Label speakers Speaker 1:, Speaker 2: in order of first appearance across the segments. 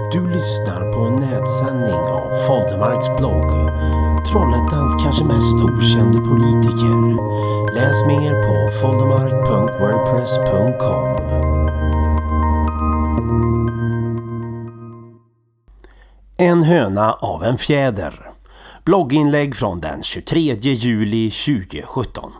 Speaker 1: Du lyssnar på en nätsändning av Foldemarks blogg, Trollhättans kanske mest okände politiker. Läs mer på foldemark.wordpress.com. En höna av en fjäder. Blogginlägg från den 23 juli 2017.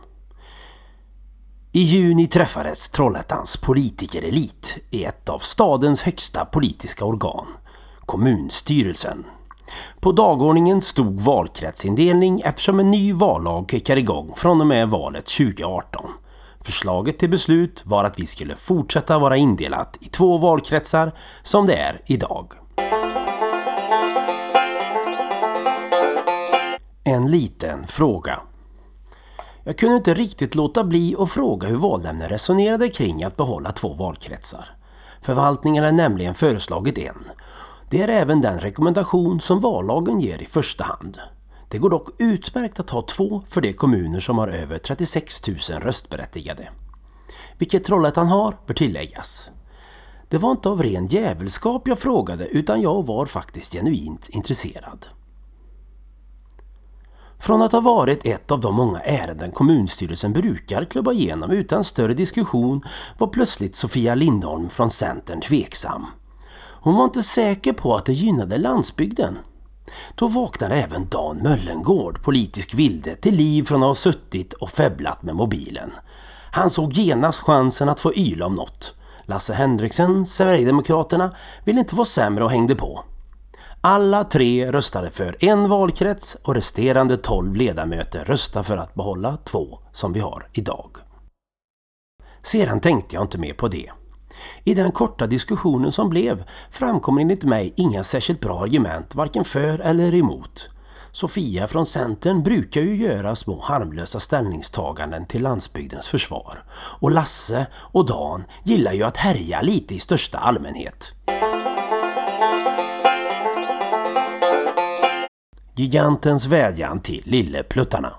Speaker 1: I juni träffades Trollhättans politikerelit i ett av stadens högsta politiska organ, kommunstyrelsen. På dagordningen stod valkretsindelning eftersom en ny vallag kickade igång från och med valet 2018. Förslaget till beslut var att vi skulle fortsätta vara indelat i 2 valkretsar som det är idag. En liten fråga. Jag kunde inte riktigt låta bli att fråga hur valnämnden resonerade kring att behålla 2 valkretsar. Förvaltningen har nämligen föreslagit en. Det är även den rekommendation som vallagen ger i första hand. Det går dock utmärkt att ha 2 för de kommuner som har över 36 000 röstberättigade. Vilket Trollhättan har bör tilläggas. Det var inte av ren jävelskap jag frågade utan jag var faktiskt genuint intresserad. Från att ha varit ett av de många ärenden kommunstyrelsen brukar klubba igenom utan större diskussion var plötsligt Sofia Lindholm från Centern tveksam. Hon var inte säker på att det gynnade landsbygden. Då vaknade även Dan Möllengård, politisk vilde, till liv från att ha suttit och febblat med mobilen. Han såg genast chansen att få yla om något. Lasse Henriksen, Sverigedemokraterna, ville inte vara sämre och hängde på. Alla 3 röstade för en valkrets och resterande 12 ledamöter röstade för att behålla 2 som vi har idag. Sedan tänkte jag inte mer på det. I den korta diskussionen som blev framkom enligt mig inga särskilt bra argument varken för eller emot. Sofia från Centern brukar ju göra små harmlösa ställningstaganden till landsbygdens försvar. Och Lasse och Dan gillar ju att härja lite i största allmänhet. Gigantens vädjan till lillepluttarna.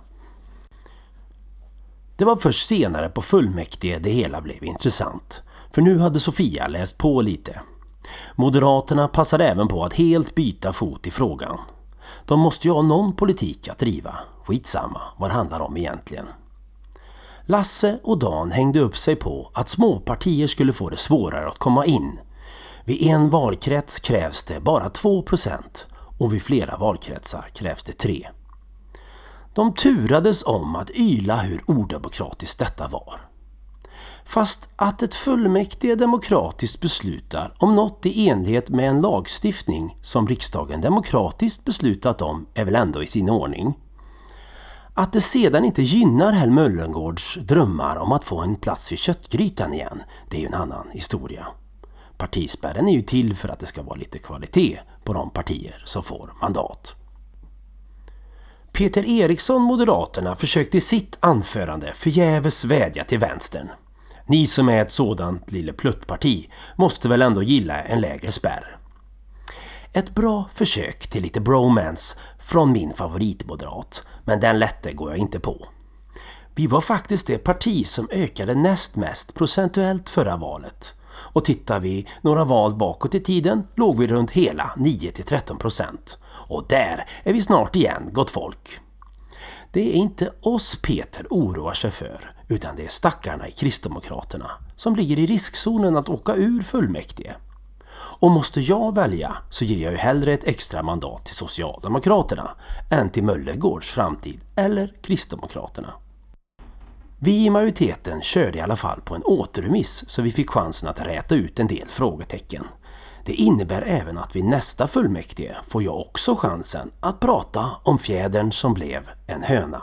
Speaker 1: Det var först senare på fullmäktige det hela blev intressant. För nu hade Sofia läst på lite. Moderaterna passade även på att helt byta fot i frågan. De måste ju ha någon politik att driva. Skitsamma, vad det handlar om egentligen. Lasse och Dan hängde upp sig på att småpartier skulle få det svårare att komma in. Vid en valkrets krävs det bara 2%. Och vid flera valkretsar krävs det 3. De turades om att yla hur odemokratiskt detta var. Fast att ett fullmäktige demokratiskt beslutar om något i enlighet med en lagstiftning som riksdagen demokratiskt beslutat om är väl ändå i sin ordning. Att det sedan inte gynnar Hell Möllengårds drömmar om att få en plats vid köttgrytan igen, det är ju en annan historia. Partispärren är ju till för att det ska vara lite kvalitet på de partier som får mandat. Peter Eriksson, Moderaterna, försökte i sitt anförande förgäves vädja till vänstern. Ni som är ett sådant lille pluttparti måste väl ändå gilla en lägre spärr. Ett bra försök till lite bromance från min favoritmoderat, men den lätte går jag inte på. Vi var faktiskt det parti som ökade näst mest procentuellt förra valet. Och tittar vi några val bakåt i tiden låg vi runt hela 9-13%. Och där är vi snart igen, gott folk. Det är inte oss Peter oroar sig för, utan det är stackarna i Kristdemokraterna som ligger i riskzonen att åka ur fullmäktige. Och måste jag välja så ger jag ju hellre ett extra mandat till Socialdemokraterna än till Möllengårds framtid eller Kristdemokraterna. Vi i majoriteten körde i alla fall på en återremiss så vi fick chansen att räta ut en del frågetecken. Det innebär även att vid nästa fullmäktige får jag också chansen att prata om fjädern som blev en höna.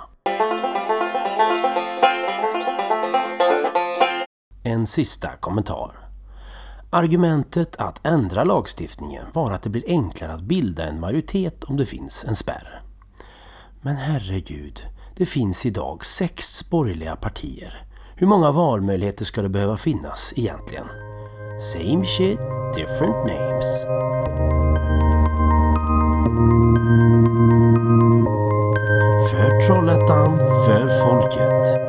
Speaker 1: En sista kommentar. Argumentet att ändra lagstiftningen var att det blir enklare att bilda en majoritet om det finns en spärr. Men herregud, det finns idag 6 borgerliga partier. Hur många valmöjligheter ska det behöva finnas egentligen? Same shit, different names. För Trollhättan, för folket.